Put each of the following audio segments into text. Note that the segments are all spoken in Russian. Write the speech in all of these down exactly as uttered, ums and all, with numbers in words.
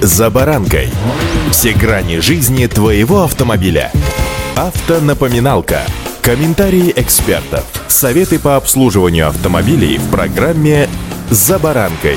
«За баранкой». Все грани жизни твоего автомобиля. Автонапоминалка. Комментарии экспертов. Советы по обслуживанию автомобилей в программе «За баранкой».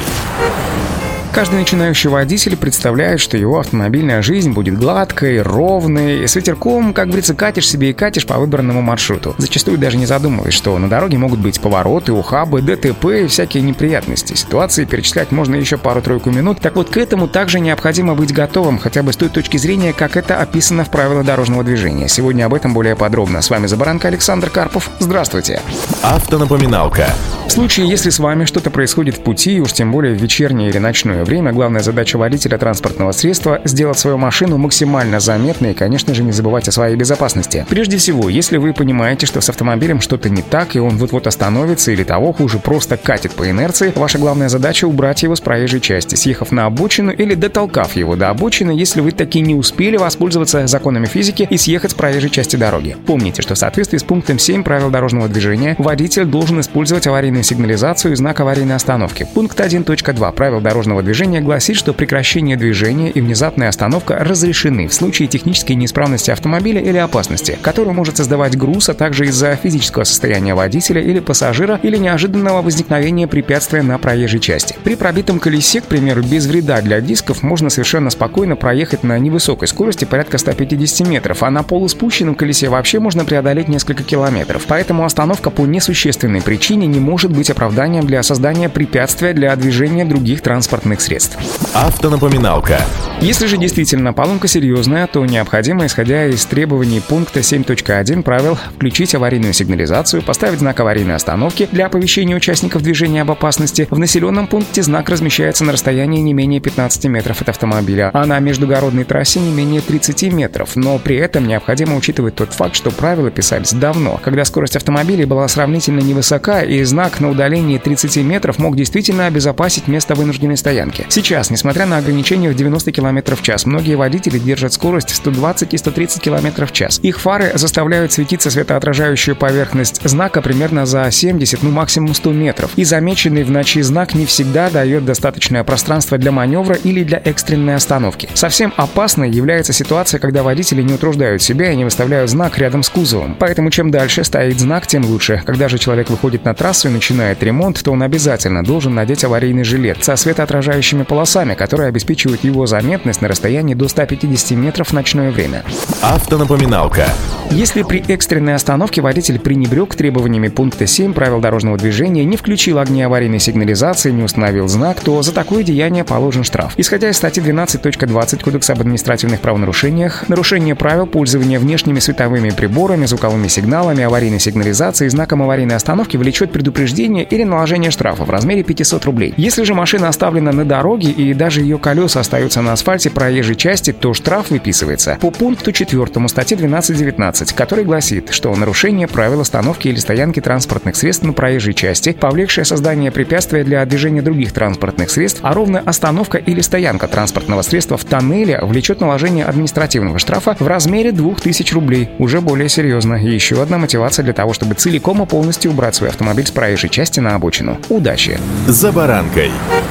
Каждый начинающий водитель представляет, что его автомобильная жизнь будет гладкой, ровной, с ветерком, как говорится, катишь себе и катишь по выбранному маршруту. Зачастую даже не задумываясь, что на дороге могут быть повороты, ухабы, ДТП и всякие неприятности. Ситуации перечислять можно еще пару-тройку минут. Так вот, к этому также необходимо быть готовым, хотя бы с той точки зрения, как это описано в правилах дорожного движения. Сегодня об этом более подробно. С вами «За баранкой» Александр Карпов. Здравствуйте. Автонапоминалка. В случае, если с вами что-то происходит в пути, уж тем более в вечернее или ночное время, главная задача водителя транспортного средства — сделать свою машину максимально заметной и, конечно же, не забывать о своей безопасности. Прежде всего, если вы понимаете, что с автомобилем что-то не так, и он вот-вот остановится или того хуже, просто катит по инерции, ваша главная задача — убрать его с проезжей части, съехав на обочину или дотолкав его до обочины, если вы таки не успели воспользоваться законами физики и съехать с проезжей части дороги. Помните, что в соответствии с пунктом семь правил дорожного движения водитель должен использовать аварийную сигнализацию и знак аварийной остановки. Пункт один точка два правил дорожного движения гласит, что прекращение движения и внезапная остановка разрешены в случае технической неисправности автомобиля или опасности, которую может создавать груз, а также из-за физического состояния водителя или пассажира или неожиданного возникновения препятствия на проезжей части. При пробитом колесе, к примеру, без вреда для дисков, можно совершенно спокойно проехать на невысокой скорости порядка ста пятидесяти метров, а на полуспущенном колесе вообще можно преодолеть несколько километров. Поэтому остановка по несущественной причине не может быть оправданием для создания препятствия для движения других транспортных средств. Автонапоминалка. Если же действительно поломка серьезная, то необходимо, исходя из требований пункта семь точка один правил, включить аварийную сигнализацию, поставить знак аварийной остановки для оповещения участников движения об опасности. В населенном пункте знак размещается на расстоянии не менее пятнадцати метров от автомобиля, а на междугородной трассе не менее тридцати метров. Но при этом необходимо учитывать тот факт, что правила писались давно, когда скорость автомобилей была сравнительно невысока, и знак на удалении тридцати метров мог действительно обезопасить место вынужденной стоянки. Сейчас, несмотря на ограничения в девяносто километров в час, многие водители держат скорость сто двадцать и сто тридцать километров в час. Их фары заставляют светиться светоотражающую поверхность знака примерно за семьдесят, ну максимум сто метров. И замеченный в ночи знак не всегда дает достаточное пространство для маневра или для экстренной остановки. Совсем опасной является ситуация, когда водители не утруждают себя и не выставляют знак рядом с кузовом. Поэтому чем дальше стоит знак, тем лучше. Когда же человек выходит на трассу и начинает ремонт, то он обязательно должен надеть аварийный жилет со светоотражающими полосами, которые обеспечивают его заметность на расстоянии до ста пятидесяти метров в ночное время. Автонапоминалка. Если при экстренной остановке водитель пренебрег требованиями пункта семь правил дорожного движения, не включил огни аварийной сигнализации, не установил знак, то за такое деяние положен штраф. Исходя из статьи двенадцать точка двадцать Кодекса об административных правонарушениях, нарушение правил пользования внешними световыми приборами, звуковыми сигналами, аварийной сигнализацией и знаком аварийной остановки влечет предупреждение или наложение штрафа в размере пятисот рублей. Если же машина оставлена на дороге и даже ее колеса остаются на асфальте проезжей части, то штраф выписывается по пункту четвертому статьи двенадцать девятнадцать, который гласит, что нарушение правил остановки или стоянки транспортных средств на проезжей части, повлекшее создание препятствия для движения других транспортных средств, а ровно остановка или стоянка транспортного средства в тоннеле, влечет наложение административного штрафа в размере двух тысяч рублей. Уже более серьезно. И еще одна мотивация для того, чтобы целиком и полностью убрать свой автомобиль с проезжей части на обочину. Удачи! За баранкой.